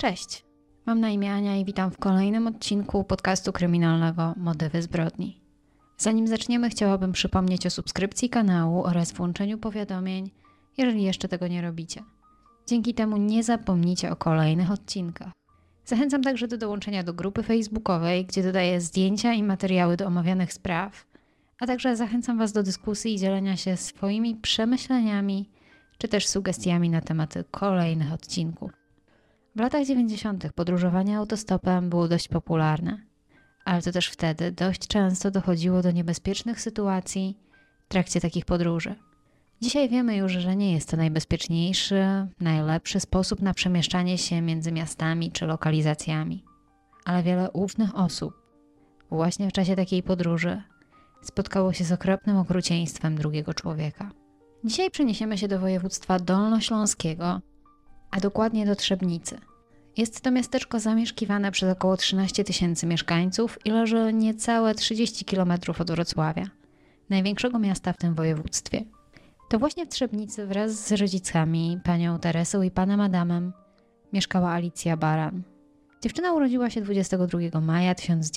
Cześć, mam na imię Ania i witam w kolejnym odcinku podcastu kryminalnego Motywy zbrodni. Zanim zaczniemy, chciałabym przypomnieć o subskrypcji kanału oraz włączeniu powiadomień, jeżeli jeszcze tego nie robicie. Dzięki temu nie zapomnijcie o kolejnych odcinkach. Zachęcam także do dołączenia do grupy facebookowej, gdzie dodaję zdjęcia i materiały do omawianych spraw, a także zachęcam Was do dyskusji i dzielenia się swoimi przemyśleniami czy też sugestiami na tematy kolejnych odcinków. W latach 90. podróżowanie autostopem było dość popularne, ale to też wtedy dość często dochodziło do niebezpiecznych sytuacji w trakcie takich podróży. Dzisiaj wiemy już, że nie jest to najbezpieczniejszy, najlepszy sposób na przemieszczanie się między miastami czy lokalizacjami. Ale wiele ufnych osób właśnie w czasie takiej podróży spotkało się z okropnym okrucieństwem drugiego człowieka. Dzisiaj przeniesiemy się do województwa dolnośląskiego, a dokładnie do Trzebnicy. Jest to miasteczko zamieszkiwane przez około 13 000 mieszkańców i leży niecałe 30 km od Wrocławia, największego miasta w tym województwie. To właśnie w Trzebnicy wraz z rodzicami, panią Teresą i panem Adamem, mieszkała Alicja Baran. Dziewczyna urodziła się 22 maja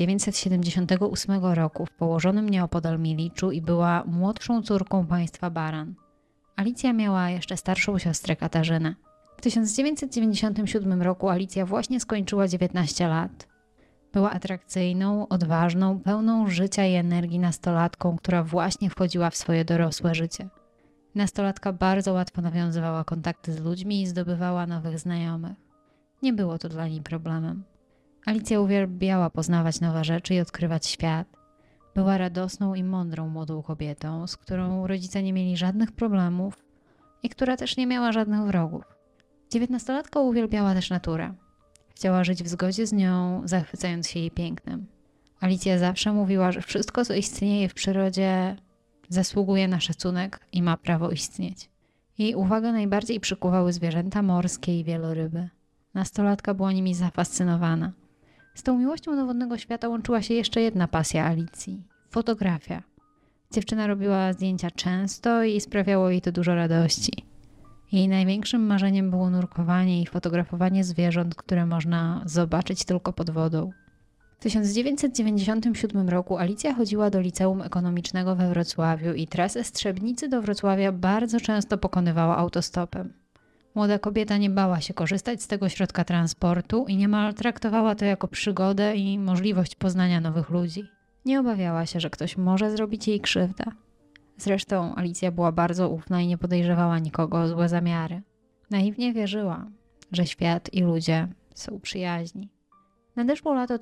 1978 roku w położonym nieopodal Miliczu i była młodszą córką państwa Baran. Alicja miała jeszcze starszą siostrę Katarzynę. W 1997 roku Alicja właśnie skończyła 19 lat. Była atrakcyjną, odważną, pełną życia i energii nastolatką, która właśnie wchodziła w swoje dorosłe życie. Nastolatka bardzo łatwo nawiązywała kontakty z ludźmi i zdobywała nowych znajomych. Nie było to dla niej problemem. Alicja uwielbiała poznawać nowe rzeczy i odkrywać świat. Była radosną i mądrą młodą kobietą, z którą rodzice nie mieli żadnych problemów i która też nie miała żadnych wrogów. 19-latka uwielbiała też naturę. Chciała żyć w zgodzie z nią, zachwycając się jej pięknem. Alicja zawsze mówiła, że wszystko, co istnieje w przyrodzie, zasługuje na szacunek i ma prawo istnieć. Jej uwagę najbardziej przykuwały zwierzęta morskie i wieloryby. Nastolatka była nimi zafascynowana. Z tą miłością do wodnego świata łączyła się jeszcze jedna pasja Alicji – fotografia. Dziewczyna robiła zdjęcia często i sprawiało jej to dużo radości. Jej największym marzeniem było nurkowanie i fotografowanie zwierząt, które można zobaczyć tylko pod wodą. W 1997 roku Alicja chodziła do liceum ekonomicznego we Wrocławiu i trasę z Trzebnicy do Wrocławia bardzo często pokonywała autostopem. Młoda kobieta nie bała się korzystać z tego środka transportu i niemal traktowała to jako przygodę i możliwość poznania nowych ludzi. Nie obawiała się, że ktoś może zrobić jej krzywdę. Zresztą Alicja była bardzo ufna i nie podejrzewała nikogo o złe zamiary. Naiwnie wierzyła, że świat i ludzie są przyjaźni. Nadeszło lato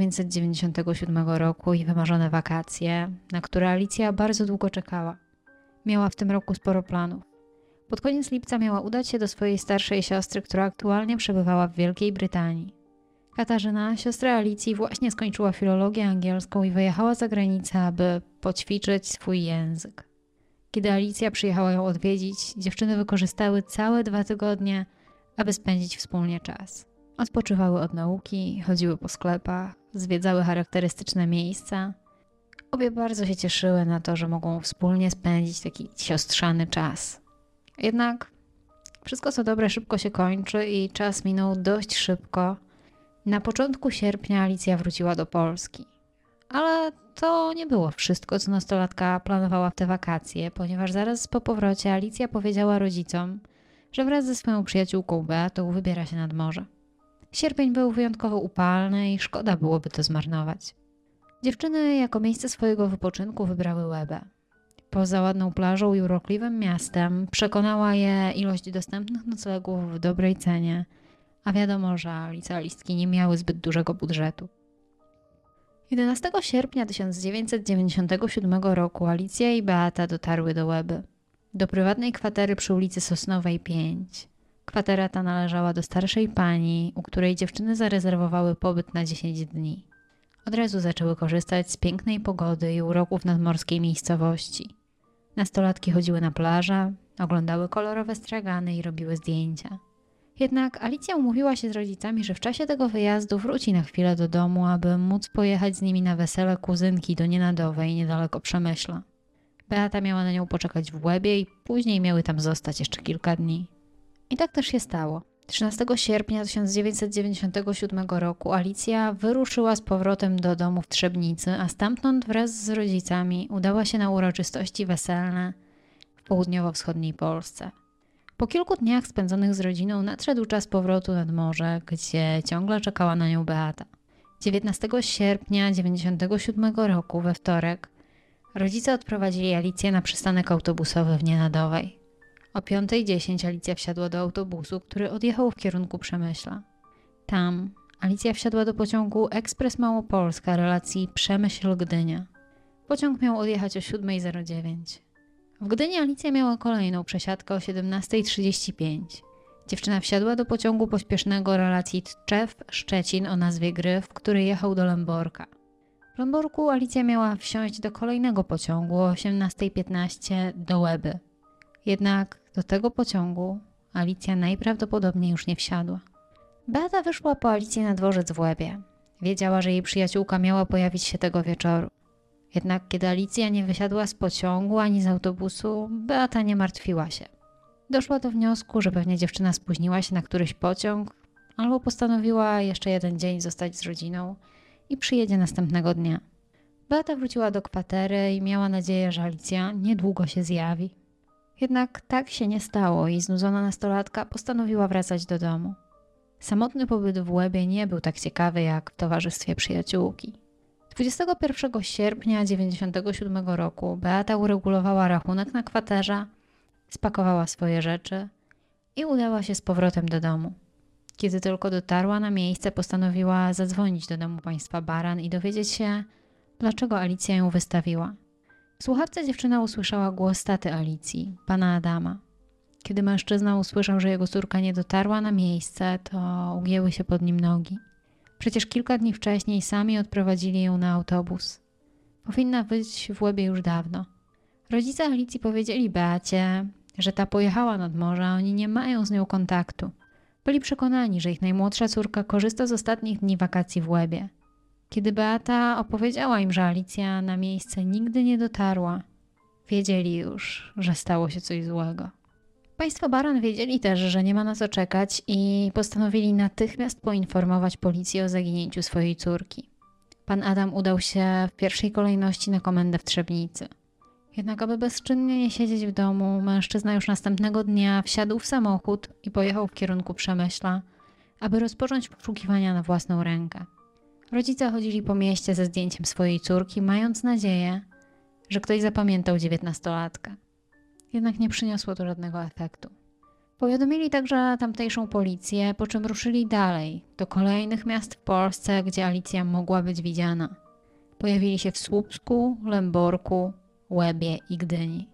1997 roku i wymarzone wakacje, na które Alicja bardzo długo czekała. Miała w tym roku sporo planów. Pod koniec lipca miała udać się do swojej starszej siostry, która aktualnie przebywała w Wielkiej Brytanii. Katarzyna, siostra Alicji, właśnie skończyła filologię angielską i wyjechała za granicę, aby poćwiczyć swój język. Kiedy Alicja przyjechała ją odwiedzić, dziewczyny wykorzystały całe 2 tygodnie, aby spędzić wspólnie czas. Odpoczywały od nauki, chodziły po sklepach, zwiedzały charakterystyczne miejsca. Obie bardzo się cieszyły na to, że mogą wspólnie spędzić taki siostrzany czas. Jednak wszystko co dobre szybko się kończy i czas minął dość szybko. Na początku sierpnia Alicja wróciła do Polski. Ale to nie było wszystko, co nastolatka planowała w te wakacje, ponieważ zaraz po powrocie Alicja powiedziała rodzicom, że wraz ze swoją przyjaciółką Beatą wybiera się nad morze. Sierpień był wyjątkowo upalny i szkoda byłoby to zmarnować. Dziewczyny jako miejsce swojego wypoczynku wybrały Łebę. Poza ładną plażą i urokliwym miastem przekonała je ilość dostępnych noclegów w dobrej cenie, a wiadomo, że licealistki nie miały zbyt dużego budżetu. 11 sierpnia 1997 roku Alicja i Beata dotarły do Łeby, do prywatnej kwatery przy ulicy Sosnowej 5. Kwatera ta należała do starszej pani, u której dziewczyny zarezerwowały pobyt na 10 dni. Od razu zaczęły korzystać z pięknej pogody i uroków nadmorskiej miejscowości. Nastolatki chodziły na plażę, oglądały kolorowe stragany i robiły zdjęcia. Jednak Alicja umówiła się z rodzicami, że w czasie tego wyjazdu wróci na chwilę do domu, aby móc pojechać z nimi na wesele kuzynki do Nienadowej niedaleko Przemyśla. Beata miała na nią poczekać w Łebie i później miały tam zostać jeszcze kilka dni. I tak też się stało. 13 sierpnia 1997 roku Alicja wyruszyła z powrotem do domu w Trzebnicy, a stamtąd wraz z rodzicami udała się na uroczystości weselne w południowo-wschodniej Polsce. Po kilku dniach spędzonych z rodziną nadszedł czas powrotu nad morze, gdzie ciągle czekała na nią Beata. 19 sierpnia 1997 roku, we wtorek, rodzice odprowadzili Alicję na przystanek autobusowy w Nienadowej. O 5:10 Alicja wsiadła do autobusu, który odjechał w kierunku Przemyśla. Tam Alicja wsiadła do pociągu Ekspres Małopolska relacji Przemyśl-Gdynia. Pociąg miał odjechać o 7:09. W Gdyni Alicja miała kolejną przesiadkę o 17:35. Dziewczyna wsiadła do pociągu pośpiesznego relacji Tczew-Szczecin o nazwie Gryf, który jechał do Lęborka. W Lęborku Alicja miała wsiąść do kolejnego pociągu o 18:15 do Łeby. Jednak do tego pociągu Alicja najprawdopodobniej już nie wsiadła. Beata wyszła po Alicję na dworzec w Łebie. Wiedziała, że jej przyjaciółka miała pojawić się tego wieczoru. Jednak kiedy Alicja nie wysiadła z pociągu ani z autobusu, Beata nie martwiła się. Doszła do wniosku, że pewnie dziewczyna spóźniła się na któryś pociąg albo postanowiła jeszcze jeden dzień zostać z rodziną i przyjedzie następnego dnia. Beata wróciła do kwatery i miała nadzieję, że Alicja niedługo się zjawi. Jednak tak się nie stało i znudzona nastolatka postanowiła wracać do domu. Samotny pobyt w Łebie nie był tak ciekawy jak w towarzystwie przyjaciółki. 21 sierpnia 1997 roku Beata uregulowała rachunek na kwaterze, spakowała swoje rzeczy i udała się z powrotem do domu. Kiedy tylko dotarła na miejsce, postanowiła zadzwonić do domu państwa Baran i dowiedzieć się, dlaczego Alicja ją wystawiła. W słuchawce dziewczyna usłyszała głos taty Alicji, pana Adama. Kiedy mężczyzna usłyszał, że jego córka nie dotarła na miejsce, to ugięły się pod nim nogi. Przecież kilka dni wcześniej sami odprowadzili ją na autobus. Powinna być w Łebie już dawno. Rodzice Alicji powiedzieli Beacie, że ta pojechała nad morze, a oni nie mają z nią kontaktu. Byli przekonani, że ich najmłodsza córka korzysta z ostatnich dni wakacji w Łebie. Kiedy Beata opowiedziała im, że Alicja na miejsce nigdy nie dotarła, wiedzieli już, że stało się coś złego. Państwo Baran wiedzieli też, że nie ma na co czekać i postanowili natychmiast poinformować policję o zaginięciu swojej córki. Pan Adam udał się w pierwszej kolejności na komendę w Trzebnicy. Jednak aby bezczynnie nie siedzieć w domu, mężczyzna już następnego dnia wsiadł w samochód i pojechał w kierunku Przemyśla, aby rozpocząć poszukiwania na własną rękę. Rodzice chodzili po mieście ze zdjęciem swojej córki, mając nadzieję, że ktoś zapamiętał 19-latkę. Jednak nie przyniosło to żadnego efektu. Powiadomili także tamtejszą policję, po czym ruszyli dalej, do kolejnych miast w Polsce, gdzie Alicja mogła być widziana. Pojawili się w Słupsku, Lęborku, Łebie i Gdyni.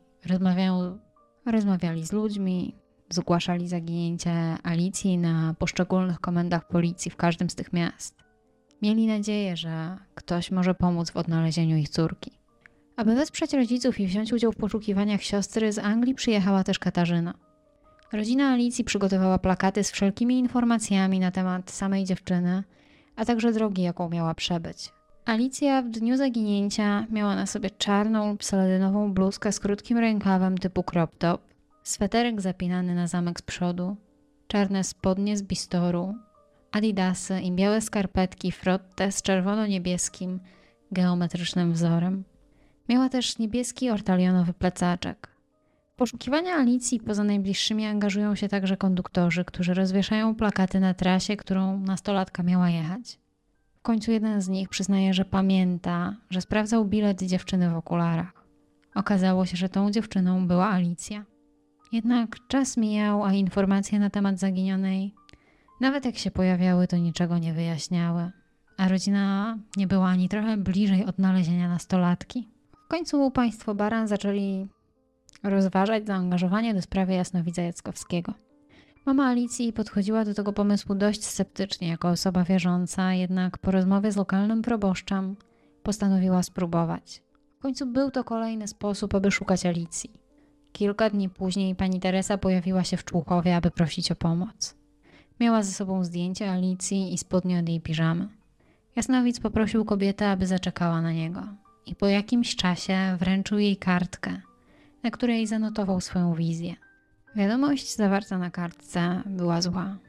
Rozmawiali z ludźmi, zgłaszali zaginięcie Alicji na poszczególnych komendach policji w każdym z tych miast. Mieli nadzieję, że ktoś może pomóc w odnalezieniu ich córki. Aby wesprzeć rodziców i wziąć udział w poszukiwaniach siostry, z Anglii przyjechała też Katarzyna. Rodzina Alicji przygotowała plakaty z wszelkimi informacjami na temat samej dziewczyny, a także drogi, jaką miała przebyć. Alicja w dniu zaginięcia miała na sobie czarną lub saladynową bluzkę z krótkim rękawem typu crop top, sweterek zapinany na zamek z przodu, czarne spodnie z bistoru, adidasy i białe skarpetki frotte z czerwono-niebieskim geometrycznym wzorem. Miała też niebieski ortalionowy plecaczek. W poszukiwania Alicji poza najbliższymi angażują się także konduktorzy, którzy rozwieszają plakaty na trasie, którą nastolatka miała jechać. W końcu jeden z nich przyznaje, że pamięta, że sprawdzał bilet dziewczyny w okularach. Okazało się, że tą dziewczyną była Alicja. Jednak czas mijał, a informacje na temat zaginionej, nawet jak się pojawiały, to niczego nie wyjaśniały. A rodzina nie była ani trochę bliżej odnalezienia nastolatki. W końcu państwo Baran zaczęli rozważać zaangażowanie do sprawy jasnowidza Jackowskiego. Mama Alicji podchodziła do tego pomysłu dość sceptycznie jako osoba wierząca, jednak po rozmowie z lokalnym proboszczem postanowiła spróbować. W końcu był to kolejny sposób, aby szukać Alicji. Kilka dni później pani Teresa pojawiła się w Człuchowie, aby prosić o pomoc. Miała ze sobą zdjęcie Alicji i spodnie od jej piżamy. Jasnowidz poprosił kobietę, aby zaczekała na niego i po jakimś czasie wręczył jej kartkę, na której zanotował swoją wizję. Wiadomość zawarta na kartce była zła.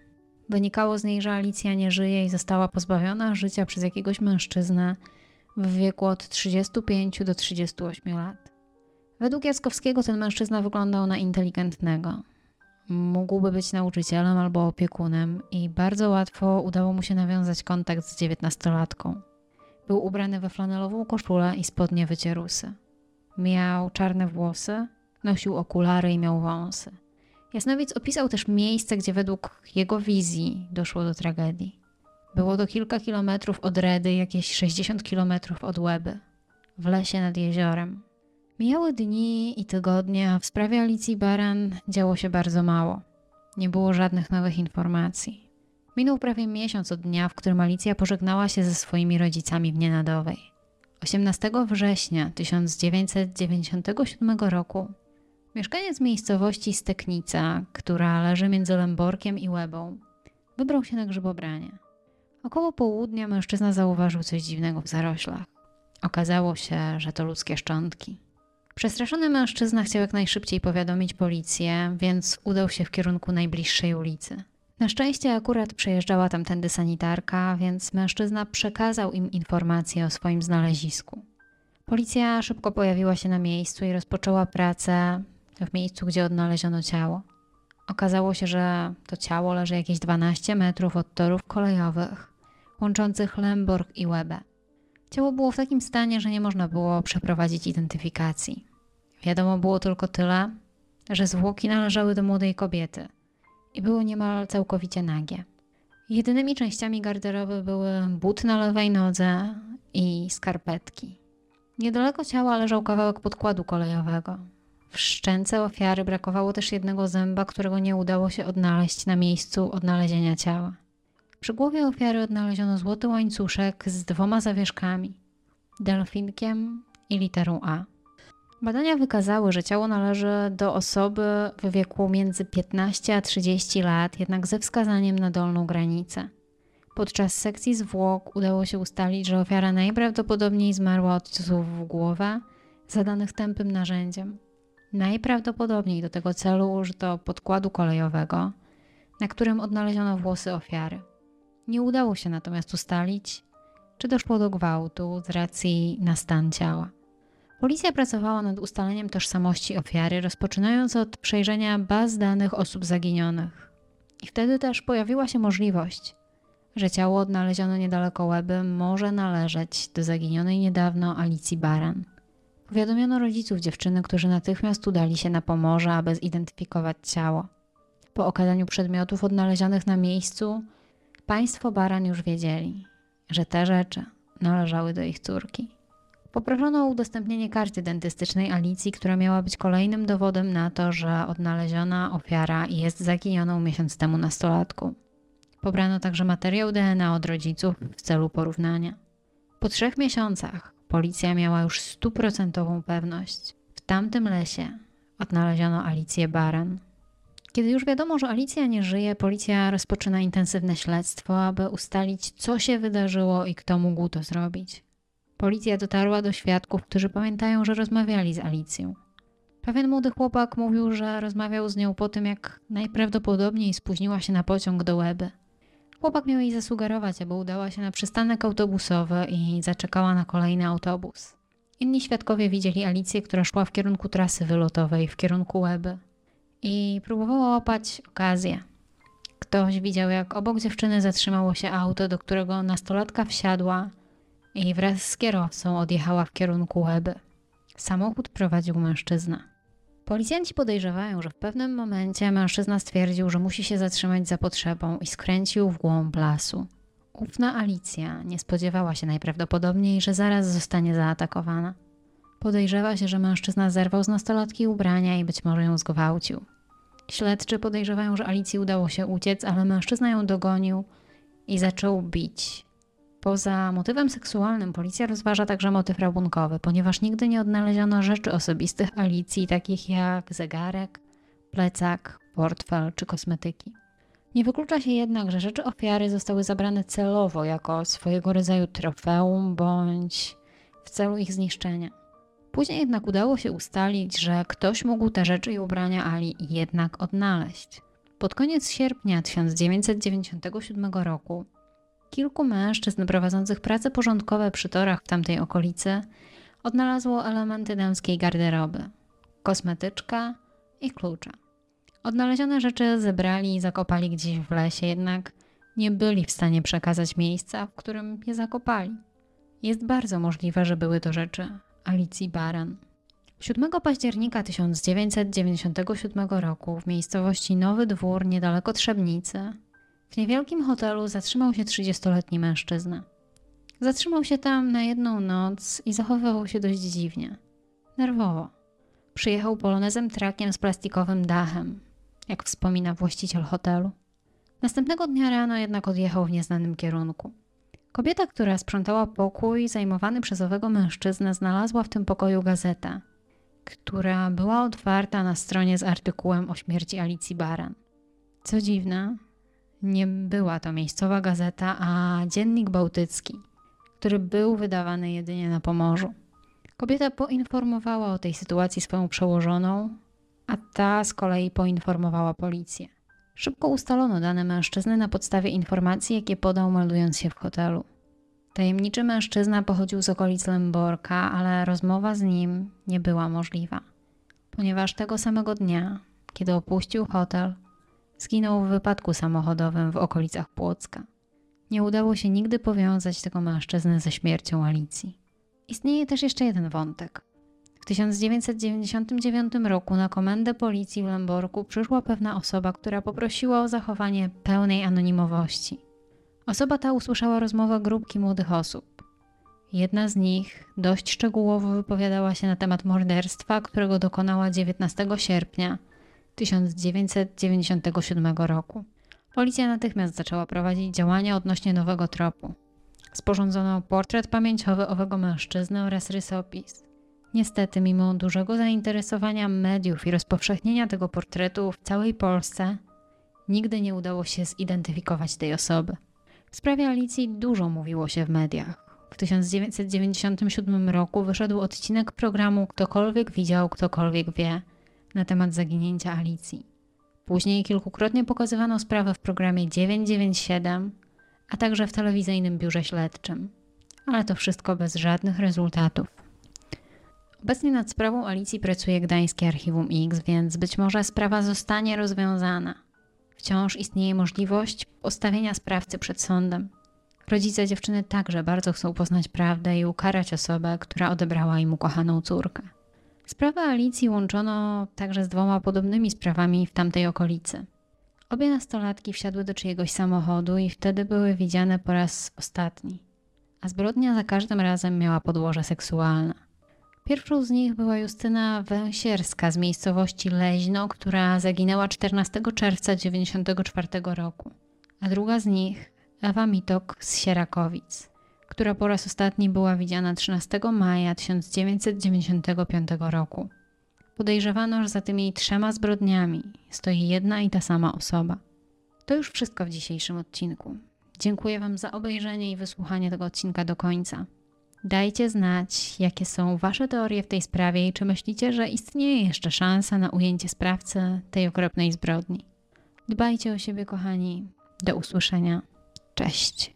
Wynikało z niej, że Alicja nie żyje i została pozbawiona życia przez jakiegoś mężczyznę w wieku od 35 do 38 lat. Według Jackowskiego ten mężczyzna wyglądał na inteligentnego. Mógłby być nauczycielem albo opiekunem i bardzo łatwo udało mu się nawiązać kontakt z 19-latką. Był ubrany we flanelową koszulę i spodnie wycierusy. Miał czarne włosy, nosił okulary i miał wąsy. Jasnowic opisał też miejsce, gdzie według jego wizji doszło do tragedii. Było to kilka kilometrów od Redy, jakieś 60 kilometrów od Łeby, w lesie nad jeziorem. Mijały dni i tygodnie, a w sprawie Alicji Baran działo się bardzo mało. Nie było żadnych nowych informacji. Minął prawie miesiąc od dnia, w którym Alicja pożegnała się ze swoimi rodzicami w Nienadowej. 18 września 1997 roku mieszkaniec miejscowości Steknica, która leży między Lęborkiem i Łebą, wybrał się na grzybobranie. Około południa mężczyzna zauważył coś dziwnego w zaroślach. Okazało się, że to ludzkie szczątki. Przestraszony mężczyzna chciał jak najszybciej powiadomić policję, więc udał się w kierunku najbliższej ulicy. Na szczęście akurat przejeżdżała tamtędy sanitarka, więc mężczyzna przekazał im informację o swoim znalezisku. Policja szybko pojawiła się na miejscu i rozpoczęła pracę w miejscu, gdzie odnaleziono ciało. Okazało się, że to ciało leży jakieś 12 metrów od torów kolejowych łączących Lęborg i Łebę. Ciało było w takim stanie, że nie można było przeprowadzić identyfikacji. Wiadomo było tylko tyle, że zwłoki należały do młodej kobiety i były niemal całkowicie nagie. Jedynymi częściami garderoby były but na lewej nodze i skarpetki. Niedaleko ciała leżał kawałek podkładu kolejowego. W szczęce ofiary brakowało też jednego zęba, którego nie udało się odnaleźć na miejscu odnalezienia ciała. Przy głowie ofiary odnaleziono złoty łańcuszek z 2 zawieszkami, delfinkiem i literą A. Badania wykazały, że ciało należy do osoby w wieku między 15 a 30 lat, jednak ze wskazaniem na dolną granicę. Podczas sekcji zwłok udało się ustalić, że ofiara najprawdopodobniej zmarła od ciosów w głowę zadanych tępym narzędziem. Najprawdopodobniej do tego celu użyto podkładu kolejowego, na którym odnaleziono włosy ofiary. Nie udało się natomiast ustalić, czy doszło do gwałtu z racji na stan ciała. Policja pracowała nad ustaleniem tożsamości ofiary, rozpoczynając od przejrzenia baz danych osób zaginionych. I wtedy też pojawiła się możliwość, że ciało odnaleziono niedaleko Łeby może należeć do zaginionej niedawno Alicji Baran. Powiadomiono rodziców dziewczyny, którzy natychmiast udali się na Pomorze, aby zidentyfikować ciało. Po okazaniu przedmiotów odnalezionych na miejscu, państwo Baran już wiedzieli, że te rzeczy należały do ich córki. Poproszono o udostępnienie karty dentystycznej Alicji, która miała być kolejnym dowodem na to, że odnaleziona ofiara jest zaginioną miesiąc temu nastolatką. Pobrano także materiał DNA od rodziców w celu porównania. Po 3 miesiącach policja miała już 100% pewność. W tamtym lesie odnaleziono Alicję Baran. Kiedy już wiadomo, że Alicja nie żyje, policja rozpoczyna intensywne śledztwo, aby ustalić, co się wydarzyło i kto mógł to zrobić. Policja dotarła do świadków, którzy pamiętają, że rozmawiali z Alicją. Pewien młody chłopak mówił, że rozmawiał z nią po tym, jak najprawdopodobniej spóźniła się na pociąg do Łeby. Chłopak miał jej zasugerować, aby udała się na przystanek autobusowy i zaczekała na kolejny autobus. Inni świadkowie widzieli Alicję, która szła w kierunku trasy wylotowej, w kierunku Łeby i próbowała łapać okazję. Ktoś widział, jak obok dziewczyny zatrzymało się auto, do którego nastolatka wsiadła i wraz z kierowcą odjechała w kierunku Łeby. Samochód prowadził mężczyzna. Policjanci podejrzewają, że w pewnym momencie mężczyzna stwierdził, że musi się zatrzymać za potrzebą i skręcił w głąb lasu. Ufna Alicja nie spodziewała się najprawdopodobniej, że zaraz zostanie zaatakowana. Podejrzewa się, że mężczyzna zerwał z nastolatki ubrania i być może ją zgwałcił. Śledczy podejrzewają, że Alicji udało się uciec, ale mężczyzna ją dogonił i zaczął bić. Poza motywem seksualnym policja rozważa także motyw rabunkowy, ponieważ nigdy nie odnaleziono rzeczy osobistych Alicji, takich jak zegarek, plecak, portfel czy kosmetyki. Nie wyklucza się jednak, że rzeczy ofiary zostały zabrane celowo jako swojego rodzaju trofeum bądź w celu ich zniszczenia. Później jednak udało się ustalić, że ktoś mógł te rzeczy i ubrania Ali jednak odnaleźć. Pod koniec sierpnia 1997 roku kilku mężczyzn prowadzących prace porządkowe przy torach w tamtej okolicy odnalazło elementy damskiej garderoby, kosmetyczka i klucze. Odnalezione rzeczy zebrali i zakopali gdzieś w lesie, jednak nie byli w stanie przekazać miejsca, w którym je zakopali. Jest bardzo możliwe, że były to rzeczy Alicji Baran. 7 października 1997 roku w miejscowości Nowy Dwór niedaleko Trzebnicy w niewielkim hotelu zatrzymał się 30-letni mężczyzna. Zatrzymał się tam na jedną noc i zachowywał się dość dziwnie. Nerwowo. Przyjechał polonezem trakiem z plastikowym dachem, jak wspomina właściciel hotelu. Następnego dnia rano jednak odjechał w nieznanym kierunku. Kobieta, która sprzątała pokój zajmowany przez owego mężczyznę, znalazła w tym pokoju gazetę, która była otwarta na stronie z artykułem o śmierci Alicji Baran. Co dziwne, nie była to miejscowa gazeta, a Dziennik Bałtycki, który był wydawany jedynie na Pomorzu. Kobieta poinformowała o tej sytuacji swoją przełożoną, a ta z kolei poinformowała policję. Szybko ustalono dane mężczyzny na podstawie informacji, jakie podał, meldując się w hotelu. Tajemniczy mężczyzna pochodził z okolic Lęborka, ale rozmowa z nim nie była możliwa, ponieważ tego samego dnia, kiedy opuścił hotel, zginął w wypadku samochodowym w okolicach Płocka. Nie udało się nigdy powiązać tego mężczyzny ze śmiercią Alicji. Istnieje też jeszcze jeden wątek. W 1999 roku na komendę policji w Lęborku przyszła pewna osoba, która poprosiła o zachowanie pełnej anonimowości. Osoba ta usłyszała rozmowę grupki młodych osób. Jedna z nich dość szczegółowo wypowiadała się na temat morderstwa, którego dokonała 19 sierpnia 1997 roku. Policja natychmiast zaczęła prowadzić działania odnośnie nowego tropu. Sporządzono portret pamięciowy owego mężczyzny oraz rysopis. Niestety, mimo dużego zainteresowania mediów i rozpowszechnienia tego portretu w całej Polsce, nigdy nie udało się zidentyfikować tej osoby. W sprawie Alicji dużo mówiło się w mediach. W 1997 roku wyszedł odcinek programu Ktokolwiek widział, ktokolwiek wie na temat zaginięcia Alicji. Później kilkukrotnie pokazywano sprawę w programie 997, a także w telewizyjnym biurze śledczym. Ale to wszystko bez żadnych rezultatów. Obecnie nad sprawą Alicji pracuje Gdańskie Archiwum X, więc być może sprawa zostanie rozwiązana. Wciąż istnieje możliwość postawienia sprawcy przed sądem. Rodzice dziewczyny także bardzo chcą poznać prawdę i ukarać osobę, która odebrała im ukochaną córkę. Sprawę Alicji łączono także z 2 podobnymi sprawami w tamtej okolicy. Obie nastolatki wsiadły do czyjegoś samochodu i wtedy były widziane po raz ostatni, a zbrodnia za każdym razem miała podłoże seksualne. Pierwszą z nich była Justyna Węsierska z miejscowości Leźno, która zaginęła 14 czerwca 1994 roku, a druga z nich Ewa Mitok z Sierakowic, która po raz ostatni była widziana 13 maja 1995 roku. Podejrzewano, że za tymi 3 zbrodniami stoi jedna i ta sama osoba. To już wszystko w dzisiejszym odcinku. Dziękuję Wam za obejrzenie i wysłuchanie tego odcinka do końca. Dajcie znać, jakie są Wasze teorie w tej sprawie i czy myślicie, że istnieje jeszcze szansa na ujęcie sprawcy tej okropnej zbrodni. Dbajcie o siebie, kochani. Do usłyszenia. Cześć.